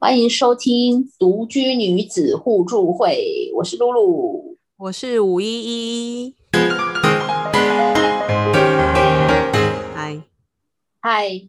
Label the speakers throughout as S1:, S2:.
S1: 欢迎收听独居女子互助会，我是露露，
S2: 我是511。嗨
S1: 嗨。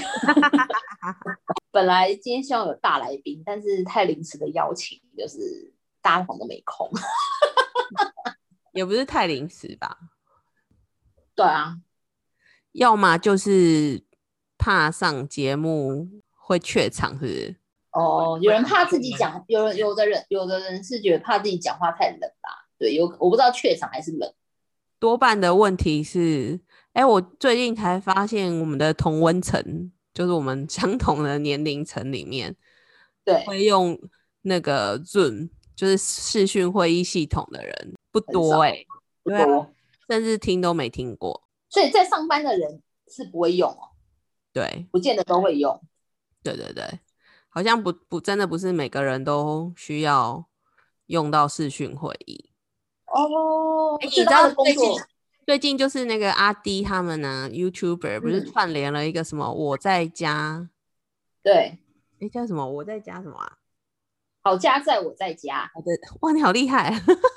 S1: 本来今天希望有大来宾，但是太临时的邀请，就是大家可能都没空。
S2: 也不是太临时吧？
S1: 对啊，
S2: 要么就是怕上节目会怯场，是不是？
S1: 哦，有人怕自己讲，有的人是觉得怕自己讲话太冷啦。对，我不知道怯场还是冷。
S2: 多半的问题是，我最近才发现我们的同温层，就是我们相同的年龄层里面，
S1: 对，
S2: 会用那个 Zoom，就是视讯会议系统的人不多
S1: 不
S2: 对啊，
S1: 多，
S2: 甚至听都没听过。
S1: 所以在上班的人是不会用哦，
S2: 对，
S1: 不见得都会用。
S2: 对对对，好像真的不是每个人都需要用到视讯会议。
S1: 哦，
S2: 你知
S1: 就是他的工
S2: 道
S1: 作，
S2: 最近就是那个阿滴他们呢，YouTuber 不是串联了一个什么我在家，
S1: 对，
S2: 叫什么我在家什么啊？
S1: 好家在我在家。
S2: 哇，你好厉害！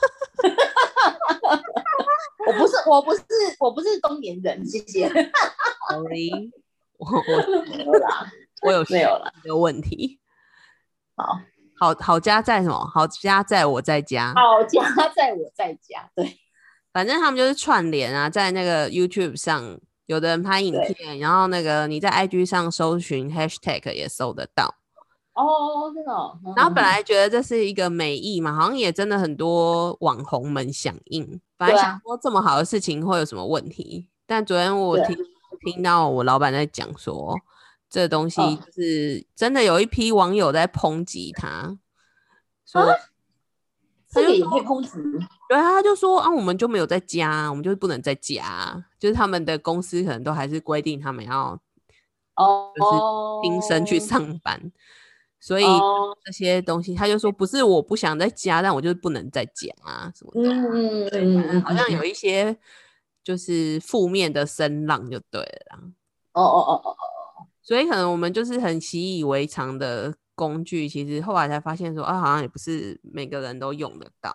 S1: 我不是东年人，谢谢。
S2: Sorry，
S1: 没有啦，
S2: 我有
S1: 没有啦。
S2: 一个问题。
S1: 好，
S2: 好家在什么？好家在我在家。
S1: 好家在我在家。对
S2: 反正他们就是串联啊，在那个 YouTube 上，有的人拍影
S1: 对，
S2: 片，然后那个你在 IG 上搜寻 Hashtag 也搜得到。
S1: 哦，真的哦。
S2: 然后本来觉得这是一个美意嘛，好像也真的很多网红们响应。本来想说这么好的事情会有什么问题，但昨天我听到我老板在讲说，这东西就是真的有一批网友在抨击他，说
S1: 这个也可以抨击。
S2: 对啊，他就说啊，我们就没有在家，我们就是不能在家，就是他们的公司可能都还是规定他们要就是亲身去上班，所以这些东西他就说不是我不想在家，但我就是不能在家啊什么的，好像有一些就是负面的声浪就对了啦。所以可能我们就是很习以为常的工具，其实后来才发现说啊，好像也不是每个人都用得到。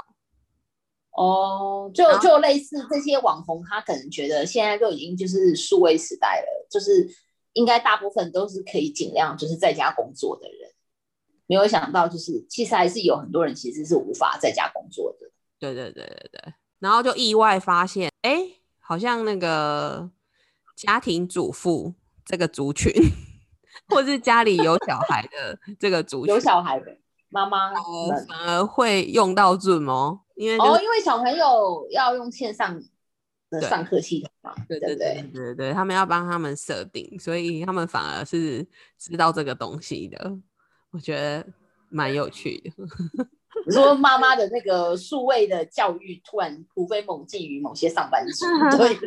S1: 就类似这些网红，他可能觉得现在都已经就是数位时代了，就是应该大部分都是可以尽量就是在家工作的人，没有想到就是其实还是有很多人其实是无法在家工作的。
S2: 对对对对对，然后就意外发现，好像那个家庭主妇这个族群，或是家里有小孩的这个族群，
S1: 有小孩的妈妈们
S2: 反而会用到 Zoom 哦，因为
S1: 因为小朋友要用线上的上课系统嘛，
S2: 对
S1: 对不对？
S2: 对对，他们要帮他们设定，所以他们反而是知道这个东西的，我觉得蛮有趣的。
S1: 你说妈妈的那个数位的教育突然突飞猛进于某些上班族，对。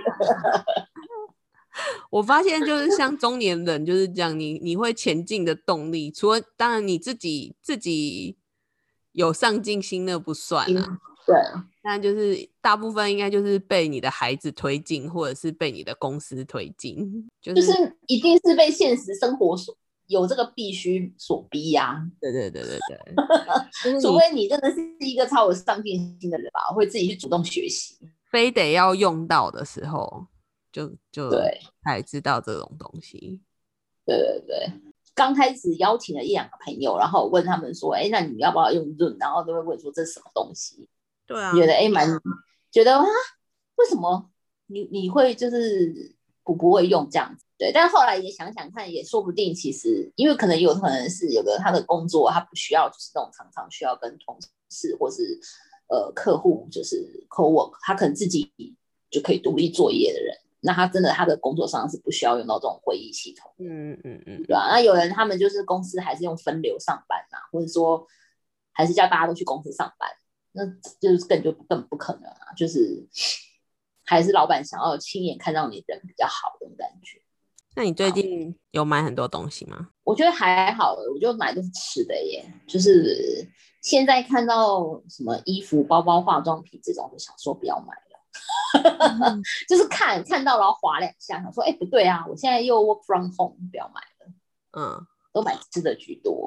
S2: 我发现就是像中年人就是这样，你会前进的动力，除了当然你自己有上进心那不算啊，
S1: 对，
S2: 但就是大部分应该就是被你的孩子推进，或者是被你的公司推进，
S1: 就是一定是被现实生活有这个必须所逼呀。
S2: 对对对对
S1: 对，除非你真的是一个超有上进心的人吧，会自己去主动学习，
S2: 非得要用到的时候，就
S1: 对
S2: 才知道这种东西。
S1: 对对对。刚开始邀请了1-2个朋友，然后我问他们说：“哎，那你们要不要用Zoom？” 然后都会问说这是什么东西？
S2: 对啊，
S1: 觉得觉得为什么你会就是不会用这样子？对，但后来也想想看，也说不定其实因为可能是有的他的工作他不需要就是那种常常需要跟同事或是客户就是 co-work， 他可能自己就可以独立作业的人，那他真的他的工作上是不需要用到这种会议系统，对吧？那有人他们就是公司还是用分流上班啊，或者说还是叫大家都去公司上班，那就是更不可能啊，就是还是老板想要亲眼看到你人比较好的感觉。
S2: 那你最近有买很多东西吗？
S1: 我觉得还好，我就买都是吃的耶，就是现在看到什么衣服、包包、化妆品这种，就想说不要买了。就是看到然后滑2下，想说不对啊，我现在又 work from home，不要买了。都买吃的居多。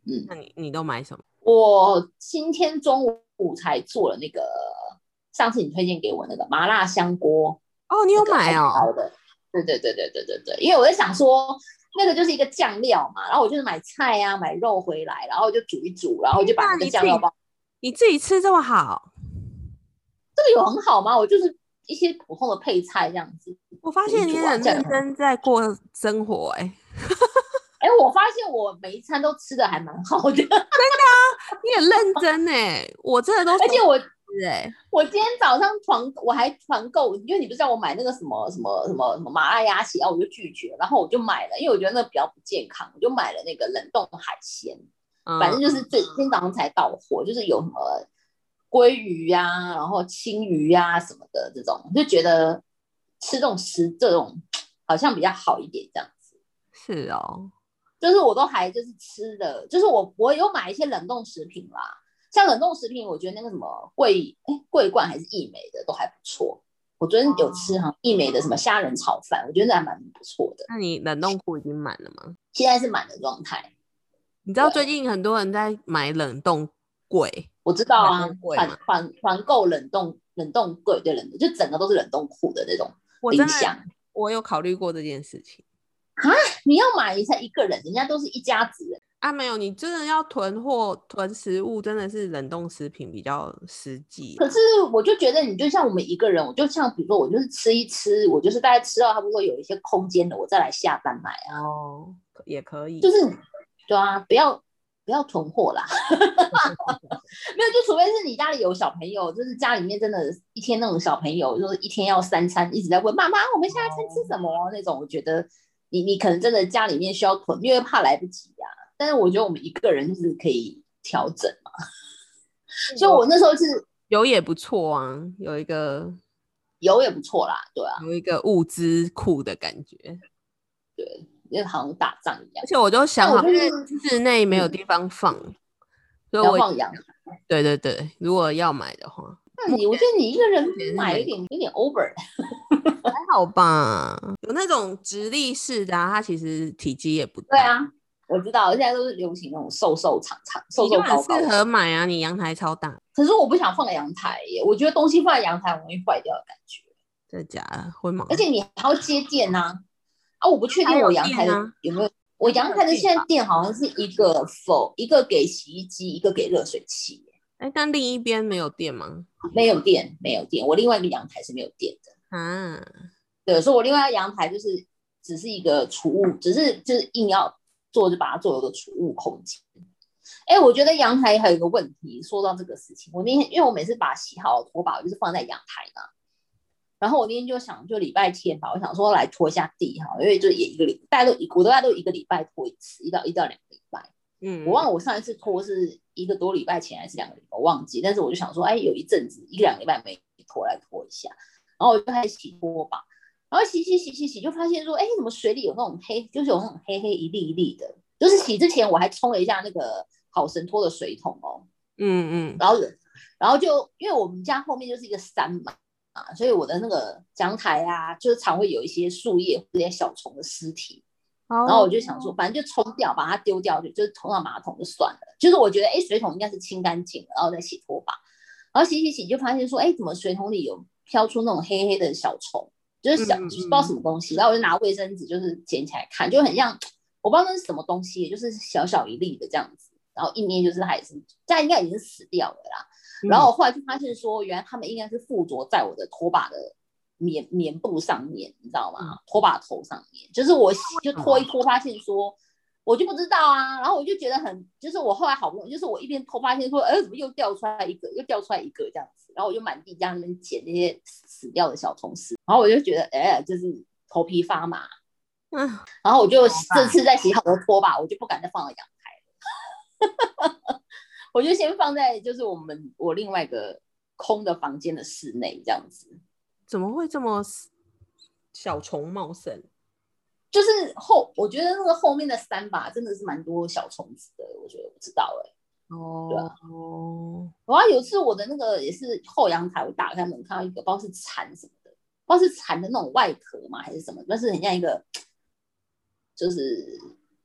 S2: 那你都买什么？
S1: 我今天中午才做了那个，上次你推荐给我那个麻辣香锅。
S2: 哦，你有买哦？
S1: 对，因为我在想说，那个就是一个酱料嘛，然后我就是买菜啊，买肉回来，然后就煮一煮，然后就把那个酱料包。
S2: 你自己吃这么好？
S1: 这个有很好吗？我就是一些普通的配菜这样子。
S2: 我发现你很认真在过生活
S1: 我发现我每一餐都吃的还蛮好的。真的
S2: 啊，你很认真我真的都，
S1: 而且我今天早上我还团购，因为你不是叫我买那个什么麻辣鸭血，然后我就拒绝，然后我就买了，因为我觉得那比较不健康，我就买了那个冷冻海鲜，反正就是今天早上才到货，就是有什么鲑鱼呀，然后青鱼呀什么的这种，就觉得吃这种好像比较好一点这样子。
S2: 是哦，
S1: 就是我都还就是吃的，就是我有买一些冷冻食品啦，像冷冻食品，我觉得那个什么桂冠还是益美的都还不错。我昨天有吃益美的什么虾仁炒饭，我觉得那还蛮不错的。
S2: 那你冷冻库已经满了吗？
S1: 现在是满的状态。
S2: 你知道最近很多人在买冷冻柜？
S1: 我知道啊，团购冷冻柜，对，冷冻就整个都是冷冻库的那种冰箱。
S2: 我有考虑过这件事情。
S1: 啊，你要买一个人，人家都是一家子人
S2: 啊，没有，你真的要囤货囤食物，真的是冷冻食品比较实际。
S1: 可是我就觉得，你就像我们一个人，我就像比如说，我就是吃一吃，我就是大概吃到差不多有一些空间的，我再来下单买啊。
S2: 哦，也可以，
S1: 就是对啊，不要囤货啦。没有，就除非是你家里有小朋友，就是家里面真的一天那种小朋友，就是一天要3餐，一直在问妈妈，我们下一餐吃什么那种，我觉得你可能真的家里面需要囤，因为怕来不及啊。但是我觉得我们一个人就是可以调整嘛。所以我那时候是
S2: 油也不错啊，有一个
S1: 油也不错啦，对啊，
S2: 有一个物资库的感觉，
S1: 对，因为好像打仗一样。
S2: 而且我就想好，因为室内没有地方放，所以
S1: 要放阳台。
S2: 对，如果要买的话，
S1: 那我觉得你一个人买有点 over。
S2: 还好吧，有那种直立式的它其实体积也不大。
S1: 对啊，我知道，现在都是流行那种瘦长瘦高高。
S2: 你就很适合买啊，你阳台超大。
S1: 可是我不想放在阳台耶，我觉得东西放在阳台容易坏掉的感觉。
S2: 真的假的？会吗？
S1: 而且你还要接电啊！我不确定我阳台的有没有。我阳台的现在电好像是一个给洗衣机，一个给热水器。
S2: 但另一边没有电吗？
S1: 没有电。我另外一个阳台是没有电的
S2: 啊。
S1: 对，所以我另外一个阳台就是只是一个储物，就是硬要做，就把它做一个储物空间。我觉得阳台还有一个问题，说到这个事情，我那天因为我每次把洗好的拖把就是放在阳台嘛，然后我那天就想，就礼拜天吧，我想说来拖一下地哈，因为就也一个礼拜我大概都一个礼拜拖一次，一到2个礼拜。我忘了我上一次拖是1个多礼拜前还是2个礼拜，我忘记。但是我就想说，有一阵子1、2个礼拜没拖，来拖一下。然后我就开始洗拖把，然后洗，就发现说，怎么水里有那种就是有那种黑黑一粒一粒的。就是洗之前我还冲了一下那个好神拖的水桶哦。然后就因为我们家后面就是一个山嘛。所以我的那个阳台啊，就是常会有一些树叶或者一些小虫的尸体。然后我就想说，反正就冲掉，把它丢掉，就是冲到马桶就算了。就是我觉得，水桶应该是清干净了，然后再洗拖把。然后洗，就发现说，怎么水桶里有飘出那种黑黑的小虫，就是不知道什么东西。然后我就拿卫生纸就是捡起来看，就很像，我不知道那是什么东西，就是小小一粒的这样子。然后一捏就是它也是，这样应该已经死掉了啦。然后我后来就发现说，原来他们应该是附着在我的拖把的棉布上面，你知道吗？拖把头上面，就是我就拖一拖，发现说，我就不知道啊。然后我就觉得就是我后来好不容易，就是我一边拖发现说，怎么又掉出来一个这样子。然后我就满地家那边捡那些死掉的小虫丝，然后我就觉得，就是头皮发麻。然后我就这次在洗好的拖把，我就不敢再放到阳台了。我就先放在就是我另外一个空的房间的室内这样子。
S2: 怎么会这么小虫茂盛？
S1: 就是我觉得那个后面的山吧，真的是蛮多小虫子的。我觉得我知道对啊。然后有一次我的那个也是后阳台，我打开门看到一个不知道是蝉什么的，不知道是蝉的那种外壳嘛还是什么，但是很像一个就是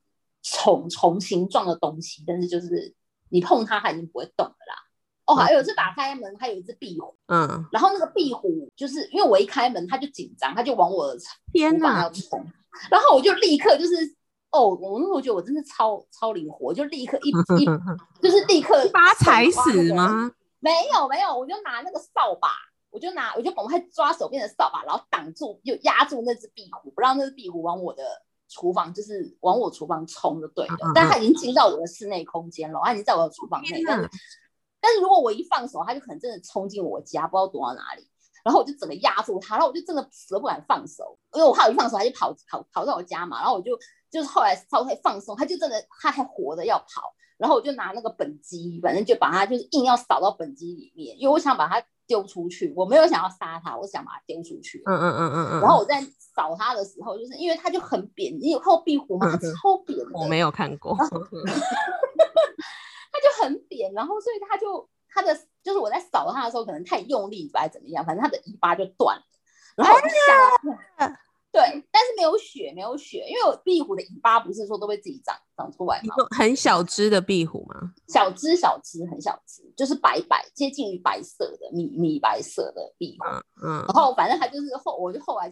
S1: 虫形状的东西，但是就是你碰它已经不会动了啦。哦，还有一次打开门，还有一只壁虎，然后那个壁虎就是因为我一开门，它就紧张，它就往我的厨房要冲，然后我就立刻就是我那时候觉得我真的超灵活，我就立刻就是立刻
S2: 把它踩死吗？
S1: 没有，我就拿那个扫把，我就赶快抓手边的扫把，然后挡住，就压住那只壁虎，不让那只壁虎往我的厨房，就是往我厨房冲就对了。但它已经进到我的室内空间了，它已经在我的厨房内，但是如果我一放手，它就可能真的冲进我家，不知道躲到哪里。然后我就整个压住它，然后我就真的死都不敢放手，因为我怕我一放手，它就跑到我家嘛。然后我就是后来稍微放松，它就真的它还活的要跑。然后我就拿那个本机，反正就把它就是硬要扫到本机里面，因为我想把它丢出去，我没有想要杀它，我想把它丢出去。然后我在扫它的时候，就是因为它就很扁，你有看过壁虎吗？它超扁的。
S2: 我没有看过。
S1: 它就很扁，然后所以它的就是我在扫它的时候可能太用力还是怎么样，反正它的尾巴就断了，然后我就吓到。对，但是没有血，因为壁虎的尾巴不是说都会自己长出来吗？
S2: 很小只的壁虎吗？
S1: 小只，很小只，就是接近于白色的米白色的壁虎。然后反正它就是我就后来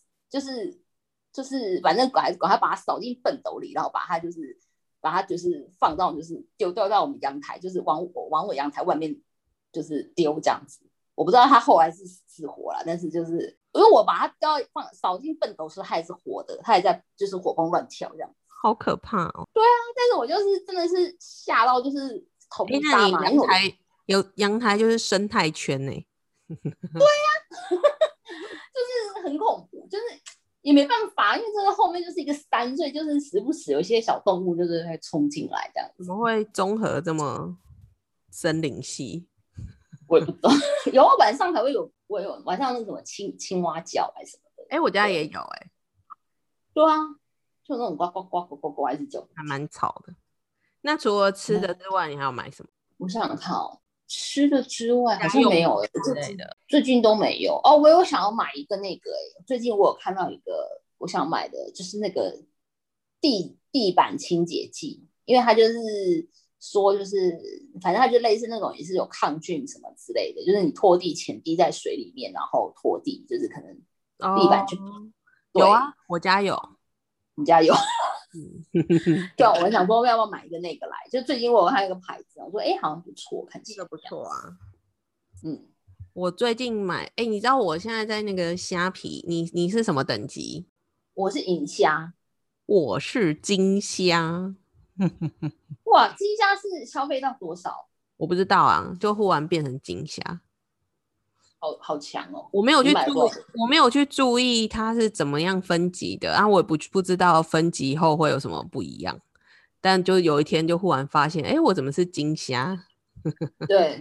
S1: 就是反正赶快把它扫进粪斗里，然后把它就是放到就是丢到我们阳台，就是往我阳台外面就是丢这样子。我不知道它后来是死活了，但是就是因为我把它扫进粪斗时，它还是活的，它还在就是活蹦乱跳这样。
S2: 好可怕哦！
S1: 对啊，但是我就是真的是吓到就是头皮发麻，
S2: 因为阳台就是生态圈呢。
S1: 对啊，就是很恐怖，就是也没办法，因为这个后面就是一个山，所以就是时不时有一些小动物就是会冲进来这样子。
S2: 怎么会综合这么森林系？
S1: 我也不知道，有晚上才会有，我有晚上那个什么青蛙叫还是什么的。
S2: 我家也有
S1: 对啊，就那种呱呱呱呱呱呱还是叫，
S2: 还蛮吵的。那除了吃的之外，你还要买什么？
S1: 我想想看哦，吃的之外好像没有
S2: 之类的，
S1: 最近都没有哦。我有想要买一个那个最近我有看到一个我想买的，就是那个地板清洁剂，因为它就是说就是反正它就类似那种也是有抗菌什么之类的，就是你拖地前滴在水里面，然后拖地，就是可能地板就
S2: 有啊，我家有，
S1: 你家有。对，我想说要不要买一个那个来，就最近我有看一个牌子，我说好像不错，看起来
S2: 不错啊。
S1: 我
S2: 最近买你知道我现在在那个虾皮，你是什么等级？
S1: 我是银虾。
S2: 我是金虾。
S1: 哇，金虾是消费到多少？
S2: 我不知道啊，就忽然变成金虾。
S1: 好强哦！
S2: 我没有去注意它是怎么样分级的，然后我也不知道分级后会有什么不一样。但就有一天就忽然发现，我怎么是金虾？
S1: 对，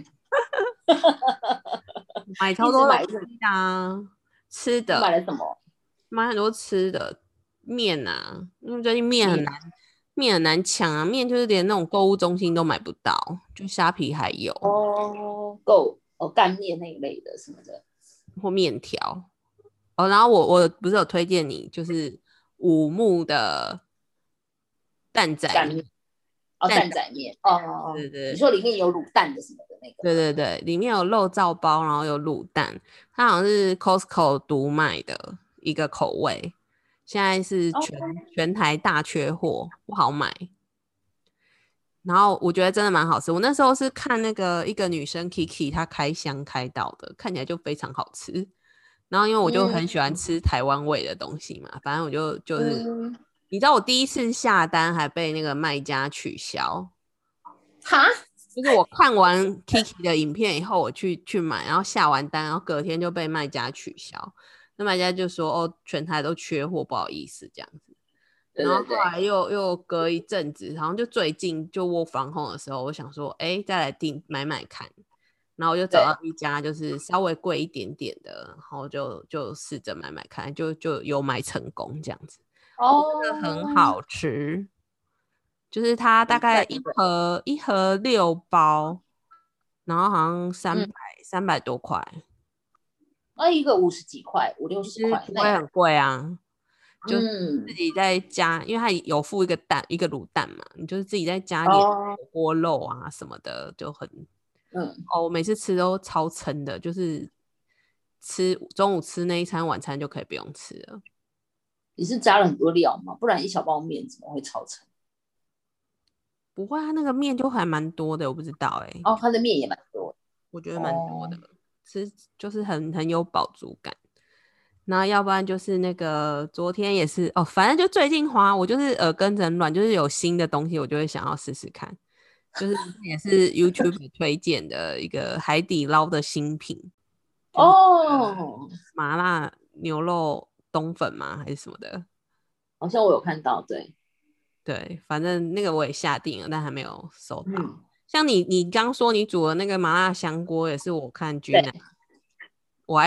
S2: 买超多东西啊，吃的。
S1: 买了什么？
S2: 买很多吃的面啊，因为最近面很难抢啊，面就是连那种购物中心都买不到，就虾皮还有
S1: 干面那一类的什么的，
S2: 或面条然后我不是有推荐你，就是五木的蛋仔面。
S1: 蛋仔面
S2: 对对，
S1: 你说里面有卤蛋的什么的那个？
S2: 对对对，里面有肉燥包，然后有卤蛋，它好像是 Costco 独卖的一个口味，现在是全台大缺货，不好买。然后我觉得真的蛮好吃，我那时候是看那个一个女生 Kiki 她开箱开到的，看起来就非常好吃。然后因为我就很喜欢吃台湾味的东西嘛，反正我就是你知道我第一次下单还被那个卖家取消。
S1: 哈？
S2: 就是我看完 Kiki 的影片以后，我去买，然后下完单，然后隔天就被卖家取消。那卖家就说全台都缺货，不好意思这样子。然后后来又隔一阵子，好像就最近就work from home的时候，我想说再来买看。然后我就找到一家就是稍微贵一点点的，然后就试着买看，就有买成功这样子。真的很好吃。就是它大概一盒6包，然后好像300多块。
S1: 一个50几块，50、60块，
S2: 不会很贵啊。 就自己在家，因为它有附一个蛋，一个卤蛋嘛，你就是自己再加点火锅肉啊什么的，就很我每次吃都超撑的，就是中午吃那一餐，晚餐就可以不用吃了。
S1: 你是加了很多料吗？不然一小包面怎么会超撑？
S2: 不会，它那个面就还蛮多的，我不知道
S1: 它的面也蛮多的，
S2: 我觉得蛮多的，吃就是很有饱足感。然后要不然就是那个昨天也是反正就最近我就是耳根子很软，就是有新的东西我就会想要试试看，就是也是 YouTube 推荐的一个海底捞的新品麻辣牛肉冬粉吗还是什么的，
S1: 好像我有看到，
S2: 对，反正那个我也下定了，但还没有收到。像你刚说你煮的那个麻辣香锅也是我看Gina，我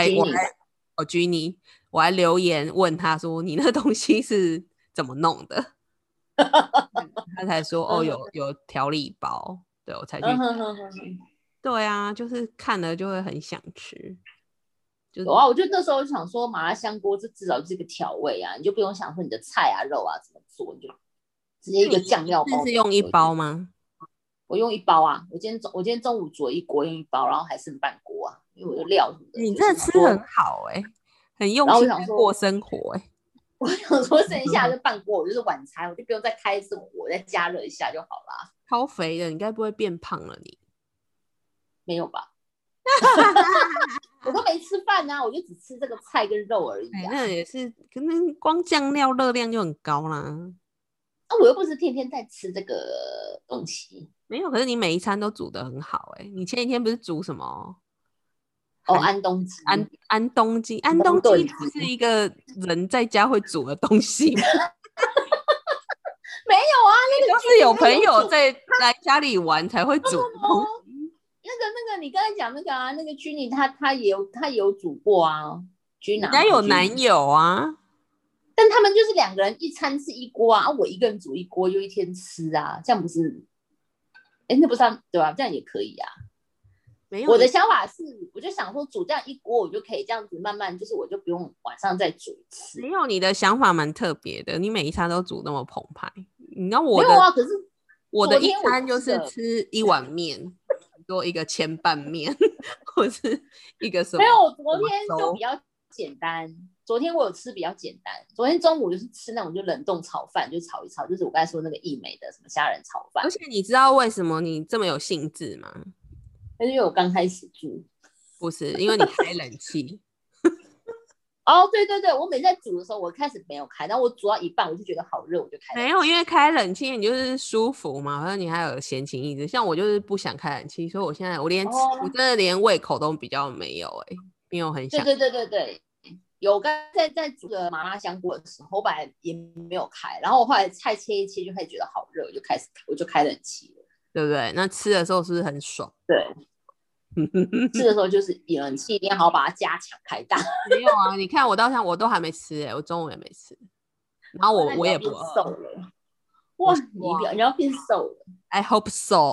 S2: 还留言问他说你那东西是怎么弄的他才说有调理包，对我才去对啊，就是看了就会很想吃。
S1: 有啊，我就那时候想说麻辣香锅这至少是个调味啊，你就不用想说你的菜啊肉啊怎么做，你就直接一个酱料包。
S2: 是用一包吗？
S1: 我用一包啊，我今天中午煮一锅用一包，然后还剩半锅啊，因为我的料什么的。
S2: 你这吃很好很用心过生活
S1: 我想说剩下就半锅，我就是晚餐，我就不用再开一次火，再加热一下就好啦。
S2: 超肥的，你该不会变胖了你？
S1: 没有吧？我都没吃饭啊，我就只吃这个菜跟肉而已
S2: 那也是，可能光酱料热量就很高啦。
S1: 我又不是天天在吃这个东西。
S2: 没有，可是你每一餐都煮得很好你前几天不是煮什么？
S1: 安东鸡。
S2: 安东鸡不是一个人在家会煮的东西吗？
S1: 没有啊，那个
S2: 都是有朋友在来家里玩才会煮的东西。
S1: 那个，你刚才讲那个啊，那个居妮他也有煮过啊，居娜。
S2: 人家有男友啊，
S1: 但他们就是2个人一餐吃一锅啊，我一个人煮一锅，就一天吃啊，这样不是？那不是对吧？这样也可以啊。
S2: 没有，
S1: 我的想法是，我就想说煮这样一锅，我就可以这样子慢慢，就是我就不用晚上再煮一次。
S2: 没有，你的想法蛮特别的，你每一餐都煮那么澎湃。你知道我的
S1: 没有啊，可是
S2: 我的一餐就是吃一碗面，多一个千拌面，或是一个什么。
S1: 没有，我昨天就比较简单。昨天我有吃比较简单，昨天中午就是吃那种就冷冻炒饭，就炒一炒，就是我刚才说那个益美的什么虾仁炒饭。
S2: 而且你知道为什么你这么有兴致吗？
S1: 那是因为我刚开始煮。
S2: 不是，因为你开冷气。
S1: 对对对，我每次在煮的时候，我开始没有开，然后我煮到一半，我就觉得好热，我就开冷气。
S2: 没有，因为开冷气你就是舒服嘛，好像你还有闲情逸致。像我就是不想开冷气，所以我现在我真的连胃口都比较没有没有很想。
S1: 对，有刚在煮个麻辣香锅的时候，我本来也没有开，然后我后来菜切一切就开始觉得好热，我就开冷气了，
S2: 对不对？那吃的时候是不是很爽？
S1: 对。吃的时候就是冷气一定要好好把它加强开大。
S2: 没有啊，你看我到现在我都还没吃我中午也没吃，然后我也不
S1: 瘦了。哇，你要变瘦了。
S2: I hope so 。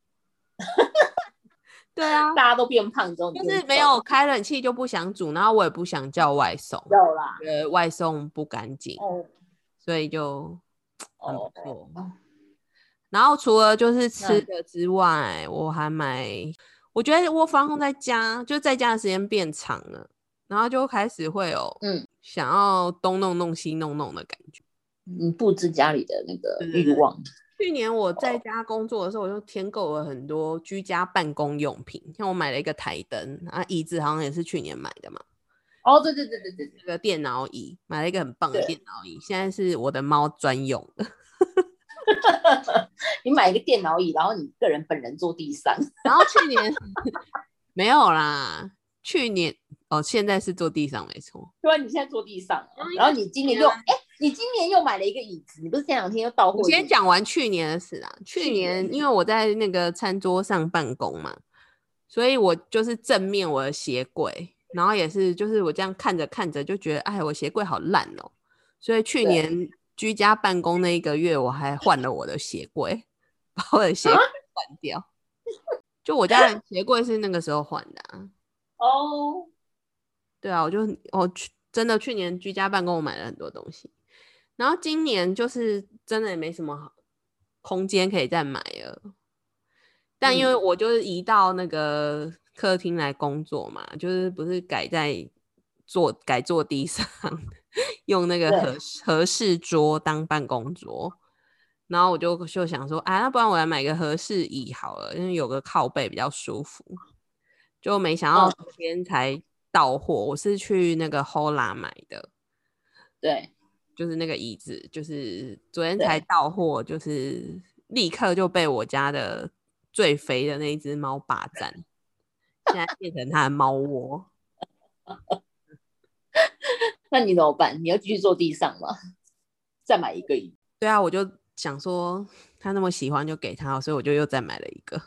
S2: 对啊，
S1: 大家都变胖之后，
S2: 就是没有开冷气就不想煮，然后我也不想叫外送，
S1: 有啦，
S2: 外送不干净，所以就很不错。然后除了就是吃的之外，我还我觉得我放在家，就在家的时间变长了，然后就开始会有想要东弄西弄的感觉，
S1: 布置家里的那个欲望。
S2: 去年我在家工作的时候，我就添购了很多居家办公用品，像我买了一个台灯椅子好像也是去年买的嘛。
S1: 对，
S2: 那个电脑椅买了一个很棒的电脑椅，现在是我的猫专用的。
S1: 你买一个电脑椅，然后你个人本人坐地上。
S2: 然后去年没有啦，去年现在是坐地上没错。
S1: 对啊，你现在坐地上，然后你今年又买了一个椅子，你不是前2天又到货？
S2: 我先讲完去年的事啦。去年因为我在那个餐桌上办公嘛，所以我就是正面我的鞋柜，然后也是就是我这样看着看着就觉得我鞋柜好烂所以去年居家办公那1个月我还换了我的鞋柜，把我的鞋柜换掉。就我家的鞋柜是那个时候换的
S1: 哦，
S2: 对啊，我就真的去年居家办公我买了很多东西，然后今年就是真的也没什么空间可以再买了。但因为我就是移到那个客厅来工作嘛，就是不是改坐地上，用那个和式桌当办公桌，然后我就想说，那不然我来买个和式椅好了，因为有个靠背比较舒服。就没想到昨天才到货，我是去那个 Hola 买的，
S1: 对，
S2: 就是那个椅子，就是昨天才到货，就是立刻就被我家的最肥的那一只猫霸占，现在变成它的猫窝。
S1: 那你怎么办？你要继续坐地上吗？再买一个椅？
S2: 对啊，我就想说他那么喜欢就给他，所以我就又再买了一个。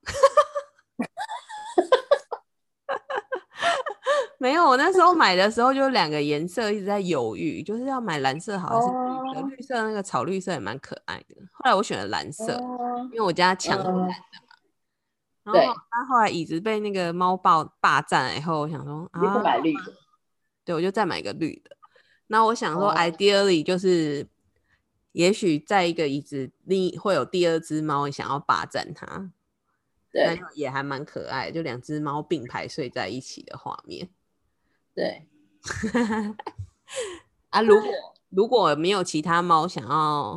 S2: 没有，我那时候买的时候就两个颜色一直在犹豫，就是要买蓝色好还是绿色？绿色那个草绿色也蛮可爱的。后来我选了蓝色，因为我家墙是蓝的嘛。然后他后来椅子被那个猫霸占了以后，我想说
S1: 你就买绿的。
S2: 对，我就再买个绿的。那我想说，ideally 就是也许在一个椅子里会有第二只猫想要霸占它，那也还蛮可爱的，就两只猫并排睡在一起的画面。
S1: 对
S2: 啊，如果没有其他猫想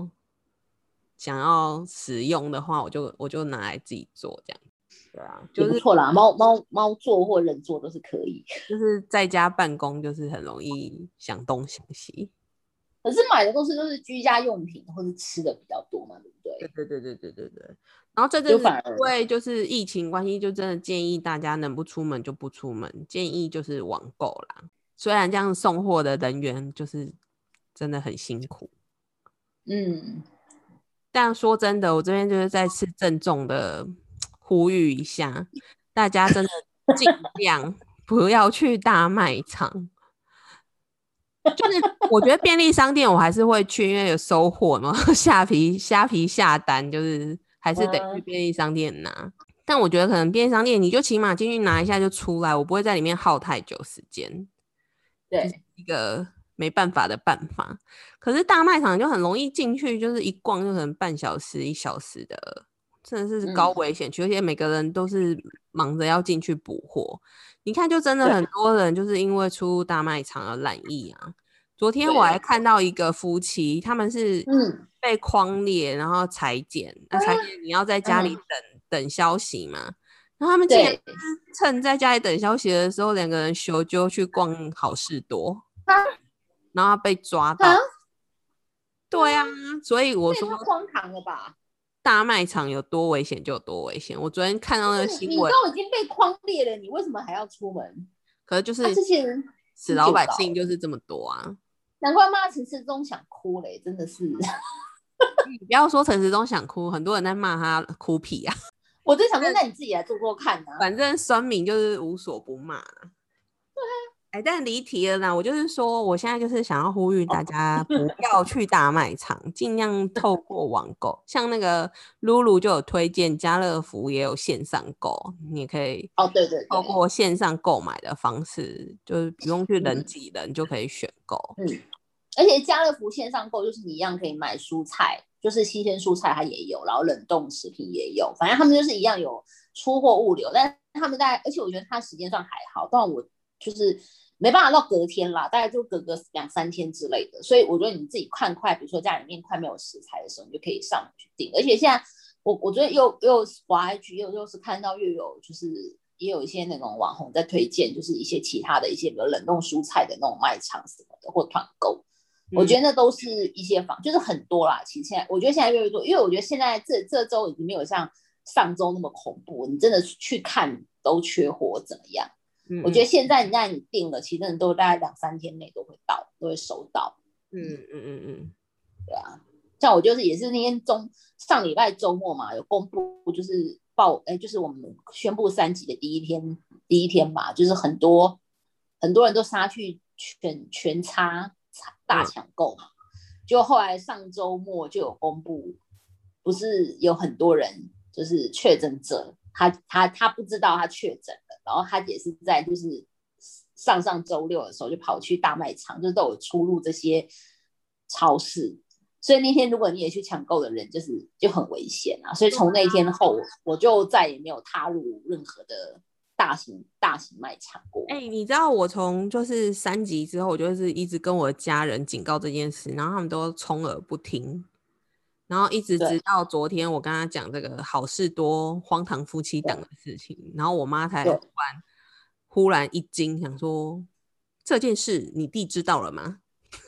S2: 要使用的话，我就拿来自己做这样。对啊，就是
S1: 不错啦，猫坐或人坐都是可以。
S2: 就是在家办公，就是很容易想东想西。
S1: 可是买的都是居家用品或是吃的比较多嘛，对不对？
S2: 对。然后这阵子因为就是疫情关系，就真的建议大家能不出门就不出门，建议就是网购啦。虽然这样送货的人员就是真的很辛苦，但说真的，我这边就是再次郑重的呼吁一下，大家真的尽量不要去大卖场。就是我觉得便利商店我还是会去，因为有收货嘛，虾皮下单，就是还是得去便利商店拿。但我觉得可能便利商店你就起码进去拿一下就出来，我不会在里面耗太久时间，就是一个没办法的办法。可是大卖场就很容易进去，就是一逛就可能半小时1小时的，真的是高危险区，而且每个人都是忙着要进去补货。你看就真的很多人就是因为出入大卖场而染疫啊。昨天我还看到一个夫妻，他们是被匡列然后裁剪，那裁剪你要在家里等消息嘛，然后他们竟然趁在家里等消息的时候，两个人休就去逛好事多，然后被抓到。对啊，所以我说
S1: 荒唐了吧？
S2: 大卖场有多危险就有多危险。我昨天看到那个新闻，
S1: 你都已经被匡列了，你为什么还要出门？
S2: 可是就是
S1: 这些人
S2: 死老百姓就是这么多啊！
S1: 难怪骂陈时中想哭嘞，真的是。
S2: 你不要说陈时中想哭，很多人在骂他哭屁啊。
S1: 我就想说，那你自己来做做看啊。
S2: 反正酸民就是无所不骂。对啊，但离题了啦。我就是说，我现在就是想要呼吁大家不要去大卖场，尽量透过网购。像那个露露就有推荐，家乐福也有线上购，你也可以
S1: 对，
S2: 透过线上购买的方式，就是不用去人挤人就可以选购。
S1: 而且家乐福线上购就是你一样可以买蔬菜，就是新鲜蔬菜它也有，然后冷冻食品也有，反正他们就是一样有出货物流，但他们而且我觉得它时间算还好，但我就是没办法到隔天啦，大概就隔个2-3天之类的，所以我觉得你自己看快，比如说家里面快没有食材的时候，你就可以上门去订。而且现在我觉得又滑 IG 又是看到又有就是也有一些那种网红在推荐，就是一些其他的一些比如冷冻蔬菜的那种卖场什么的或团购。我觉得那都是一些就是很多啦。其实现在我觉得现在越来越多，因为我觉得现在这周已经没有像上周那么恐怖，你真的去看都缺货怎么样？我觉得现在你订了，其实真的都大概2-3天内都会到，都会收到。对啊，像我就是也是那天上礼拜周末嘛，有公布就是就是我们宣布3级的第一天嘛，就是很多人都杀去全差大抢购嘛，就后来上周末就有公布，不是有很多人就是确诊者，他不知道他确诊了，然后他也是在就是上周六的时候就跑去大卖场，就是都有出入这些超市，所以那天如果你也去抢购的人，就很危险啊。所以从那一天后，我就再也没有踏入任何的大型卖场过。
S2: 你知道我从就是3级之后，我就是一直跟我的家人警告这件事，然后他们都充耳不听，然后一直直到昨天我跟他讲这个好事多荒唐夫妻档的事情，然后我妈才忽然一惊，想说这件事你弟知道了吗？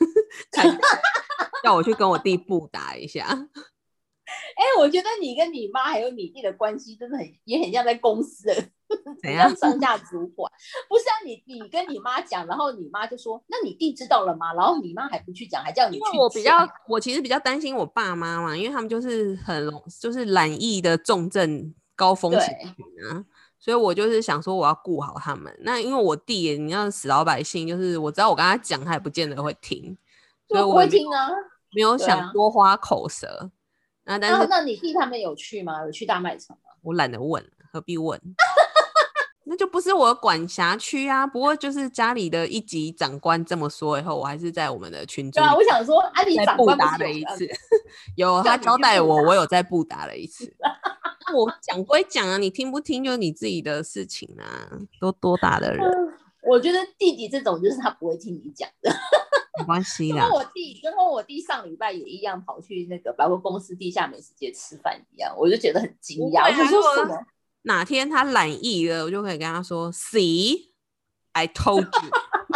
S2: 要我去跟我弟布达一下。
S1: 我觉得你跟你妈还有你弟的关系真的也很像在公司的，很像上下主管。不是啊，你跟你妈讲，然后你妈就说：“那你弟知道了吗？”然后你妈还不去讲，还叫你去讲。
S2: 我其实比较担心我爸妈嘛，因为他们就是就是染疫的重症高风险群啊，所以我就是想说我要顾好他们。那因为我弟，你要死老百姓，就是我知道我跟他讲，他也不见得会听，所以我
S1: 不会听啊，
S2: 没有想多花口舌。
S1: 那你弟他们有去吗？有去大卖场吗？
S2: 我懒得问，何必问？那就不是我的管辖区啊。不过就是家里的一级长官这么说以后，我还是在我们的群组
S1: 对啊，我想说，你长官不是
S2: 了一次，有他交代我有在布达了一次。我讲归讲啊，你听不听就你自己的事情啊，都多大的人。
S1: 我觉得弟弟这种就是他不会听你讲的。
S2: 没关系啦，
S1: 跟我弟上礼拜也一样跑去那个百货公司地下美食街吃饭一样，我就觉得很惊讶。我就说什么？
S2: 哪天他染疫了，我就可以跟他说 See I told you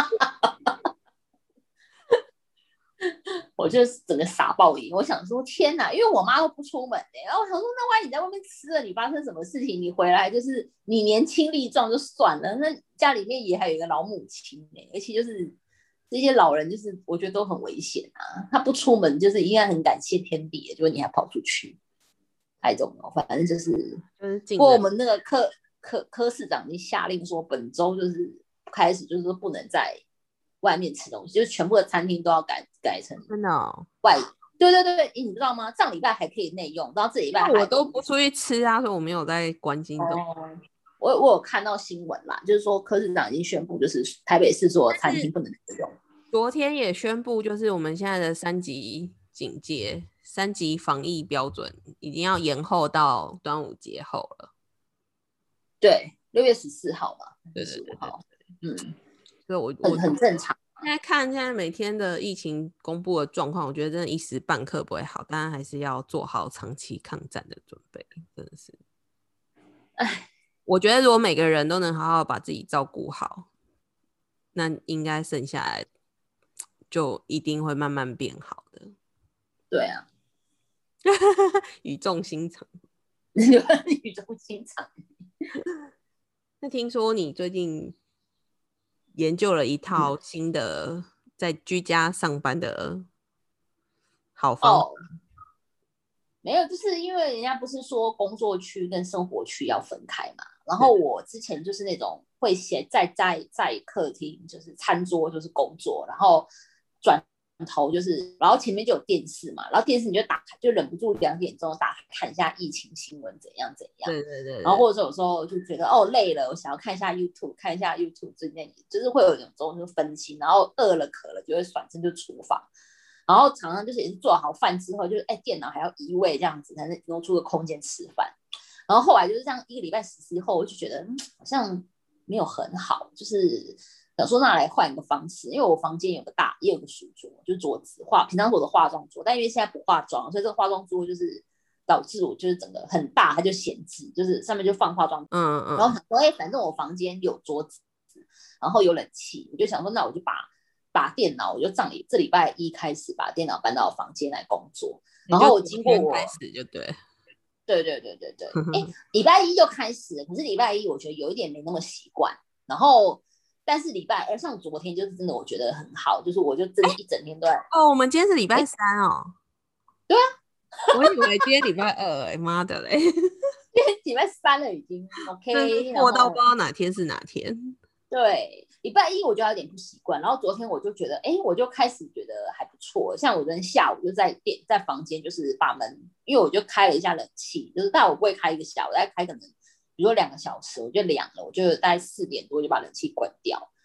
S1: 我就整个傻爆眼。我想说天哪，因为我妈都不出门然后我想说那万一你在外面吃了，你发生什么事情，你回来就是你年轻力壮就算了，那家里面也还有一个老母亲而且就是这些老人就是我觉得都很危险啊。他不出门就是应该很感谢天地结果你还跑出去，太重了。反正就是不过我们那个柯市长已经下令说本周就是开始就是不能在外面吃东西，就是全部的餐厅都要改成
S2: 真的
S1: 外。对对对，你知道吗？上礼拜还可以内用，然后这礼拜
S2: 我都不出去吃啊，所以我没有在关心这种。
S1: 我有看到新闻啦，就是说柯市长已经宣布，就是台北市所有餐厅不能内用。
S2: 昨天也宣布，就是我们现在的3级警戒、3级防疫标准已经要延后到端午节后了。
S1: 对，6月14号嘛，
S2: 对15号。
S1: 所以我很正常。
S2: 现在看现在每天的疫情公布的状况，我觉得真的一时半刻不会好，当然还是要做好长期抗战的准备。真的是，我觉得如果每个人都能好好把自己照顾好，那应该剩下来就一定会慢慢变好的。
S1: 对啊，
S2: 语重心长，
S1: 语重心长。
S2: 那听说你最近研究了一套新的在居家上班的好方法。
S1: 没有，就是因为人家不是说工作区跟生活区要分开嘛。然后我之前就是那种会写在客厅，就是餐桌就是工作，然后转头就是，然后前面就有电视嘛，然后电视你就打开，就忍不住2点钟打开看一下疫情新闻怎样。
S2: 对对 对。
S1: 然后或者有时候就觉得累了，我想要看一下 YouTube， 之类，就是会有一种就分心，然后饿了渴了就会转身就厨房。然后常常就是也是做好饭之后，就是电脑还要移位这样子，才能挪出个空间吃饭。然后后来就是这样1个礼拜实施后，我就觉得好像没有很好，就是想说那来换一个方式。因为我房间也有个书桌，就是桌子平常是我的化妆桌，但因为现在不化妆，所以这个化妆桌就是导致我就是整个很大，它就闲置，就是上面就放化妆。然后想说反正我房间有桌子，然后有冷气，我就想说那我就把电脑，我就这礼拜1开始把电脑搬到房间来工作。然后我经过
S2: 开始就对。
S1: 对，礼拜1就开始了，可是礼拜1我觉得有一点没那么习惯。然后但是礼拜2像昨天就是真的我觉得很好，就是我就真的一整天都在。
S2: 我们今天是礼拜3哦。
S1: 对啊，
S2: 我以为今天礼拜2妈的嘞。
S1: 今天礼拜3了已经 OK，
S2: 过到不知道哪天是哪天。
S1: 对，礼拜1我就有点不习惯，然后昨天我就觉得我就开始觉得还不错。像我昨天下午就在房间就是把门，因为我就开了一下冷气，就是但我不会开1个小时，我大概开可能比如说2个小时，我就凉了，我就大概4点多就把冷气关掉。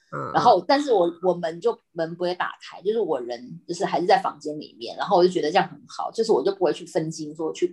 S1: 然后但是我门不会打开，就是我人就是还是在房间里面，然后我就觉得这样很好，就是我就不会去分心说去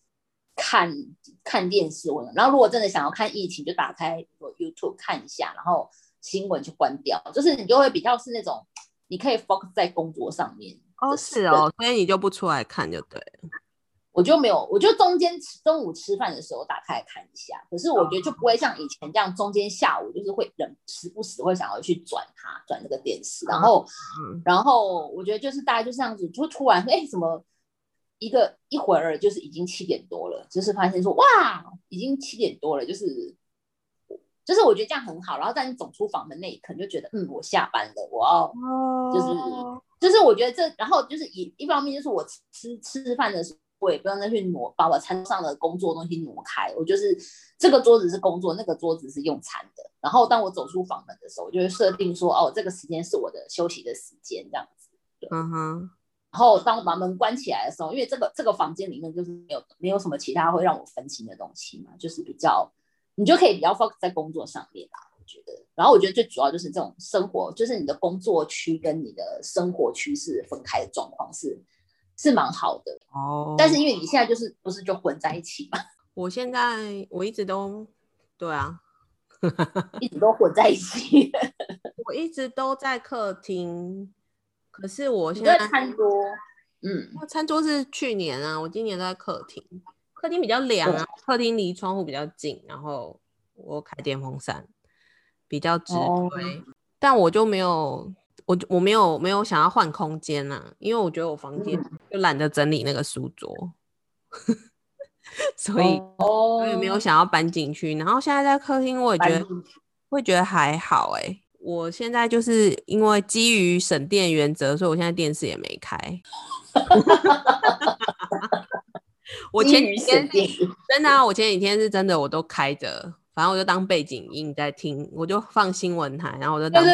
S1: 看电视，然后如果真的想要看疫情，就打开 YouTube 看一下，然后新闻就关掉，就是你就会比较是那种你可以 focus 在工作上面。
S2: 是哦，所以你就不出来看就对了。
S1: 我就没有，我就中午吃饭的时候打开来看一下，可是我觉得就不会像以前这样，中间下午就是会时不时会想要去转那个电视，然后我觉得就是大概就这样子，就突然怎么一会儿就是已经7点多了，就是发现说哇，已经7点多了，就是我觉得这样很好，然后在你走出房门那一刻，就觉得我下班了，我要就是我觉得这，然后就是一方面就是我吃饭的时候，我也不用再去把我餐上的工作东西挪开，我就是这个桌子是工作，那个桌子是用餐的。然后当我走出房门的时候，我就会设定说，这个时间是我的休息的时间，这样子。然后当我把门关起来的时候，因为这个房间里面就是没有什么其他会让我分心的东西嘛，就是比较你就可以比较 focus 在工作上面啦。我觉得，然后我觉得最主要就是这种生活，就是你的工作区跟你的生活区是分开的状况是蛮好的哦。但是因为你现在就是不是就混在一起嘛？
S2: 我一直都对啊，
S1: 一直都混在一起。
S2: 我一直都在客厅，可是我现
S1: 在餐桌，
S2: 餐桌是去年啊，我今年都在客厅。客厅比较凉啊，客厅离窗户比较近，然后我开电风扇，比较直推。但我就没有，我没有想要换空间啊，因为我觉得我房间就懒得整理那个书桌，所以我也没有想要搬进去。然后现在在客厅，我也觉得还好欸。我现在就是因为基于省电原则，所以我现在电视也没开。我前几天真的啊，我前几天是真的我都开着，反正我就当背景音在听，我就放新闻台，然后我就当
S1: 对，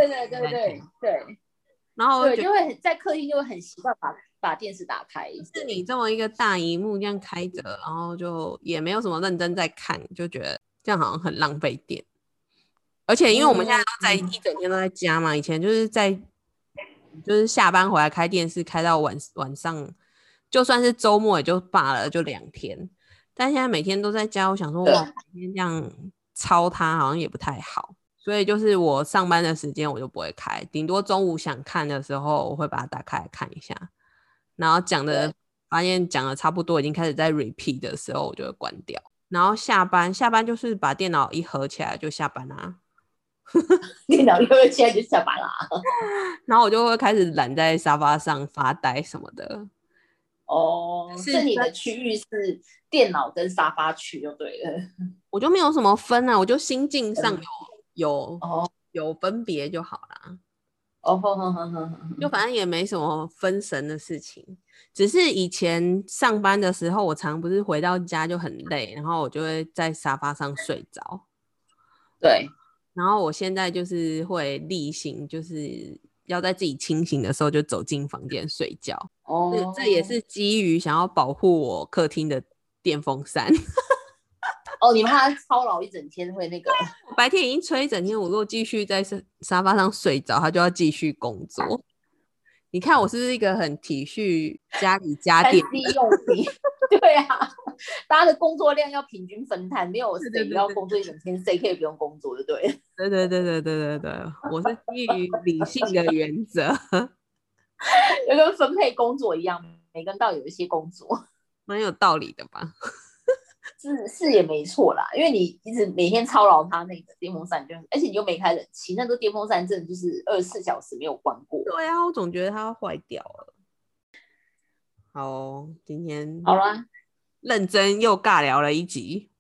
S2: 然后
S1: 就会在客厅就会很习惯把电视打开。
S2: 是你这么一个大荧幕这样开着，然后就也没有什么认真在看，就觉得这样好像很浪费电。而且因为我们现在都在一整天都在家嘛，以前就是下班回来开电视开到晚上，就算是周末也就罢了，就2天。但现在每天都在家，我想说哇，每天这样操它好像也不太好，所以就是我上班的时间我就不会开，顶多中午想看的时候我会把它打开来看一下，然后发现讲的差不多已经开始在 repeat 的时候我就会关掉，然后下班就是把电脑一合起来就下班啦。
S1: 电脑一合起来就下班啦。
S2: 然后我就会开始懒在沙发上发呆什么的。
S1: 是你的区域是电脑跟沙发区就对了。
S2: 我就没有什么分啊，我就心境上有分别就好啦。就反正也没什么分神的事情，只是以前上班的时候，我常不是回到家就很累，然后我就会在沙发上睡着。
S1: 对。
S2: 然后我现在就是会例行，就是要在自己清醒的时候就走进房间睡觉。这也是基于想要保护我客厅的电风扇。
S1: 你怕他操劳一整天会那个？
S2: 白天已经吹一整天，我如果继续在沙发上睡着，他就要继续工作。你看我是不是一个很体恤家里家电
S1: 用品？对啊，大家的工作量要平均分摊，没有谁要工作一整天，谁可以不用工作，对不
S2: 对？对，我是基于理性的原则，
S1: 就跟分配工作一样，每个人都有一些工作，
S2: 蛮有道理的吧？
S1: 是也没错啦，因为你一直每天操劳它那个电风扇，而且你又没开冷气，那个电风扇真的就是24小时没有关过。
S2: 对啊，我总觉得它要坏掉了。好，今天
S1: 好啦，
S2: 认真又尬聊了一集。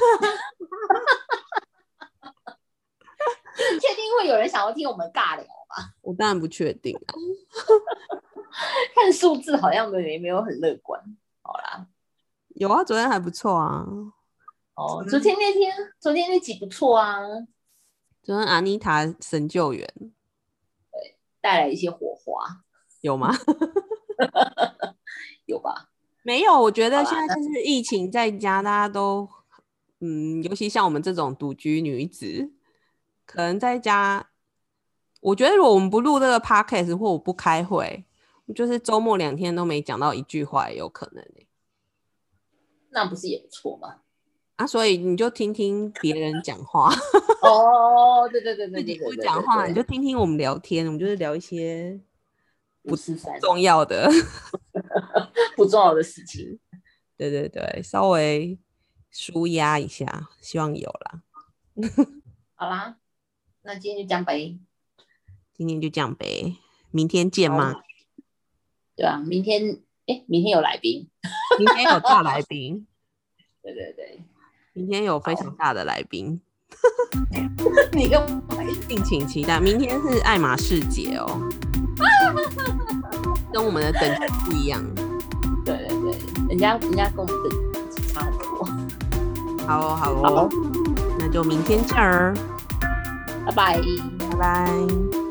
S1: 你确定会有人想要听我们尬聊吗？
S2: 我当然不确定啊。
S1: 看数字好像也没有很乐观。好啦，
S2: 有啊，昨天还不错啊。
S1: 昨天那集不错啊。
S2: 昨天阿妮塔神救援，
S1: 对，带来一些火花，
S2: 有吗？
S1: 有吧？
S2: 没有，我觉得现在就是疫情在家，大家都尤其像我们这种独居女子，可能在家我觉得如果我们不录这个 podcast 或我不开会，就是周末2天都没讲到一句话也有可能
S1: 那不是也不错吗？
S2: 所以你就听听别人讲话。
S1: 哦，对，
S2: 自己不讲话，你就听听我们聊天，我们就是聊一些不重要的
S1: 不重要的事情。
S2: 对，稍微舒压一下，希望有啦。
S1: 好啦，那今天就这样呗。
S2: 今天就这样呗，明天见吗？
S1: 对啊，明天有来宾，
S2: 明天有大来宾。
S1: 对，
S2: 明天有非常大的来宾。
S1: 你跟
S2: 敬请期待，明天是爱马仕节哦，跟我们的等级不一样。
S1: 对，人家跟我们等级差很多。
S2: 好，那就明天见儿，
S1: 拜拜。
S2: 拜拜。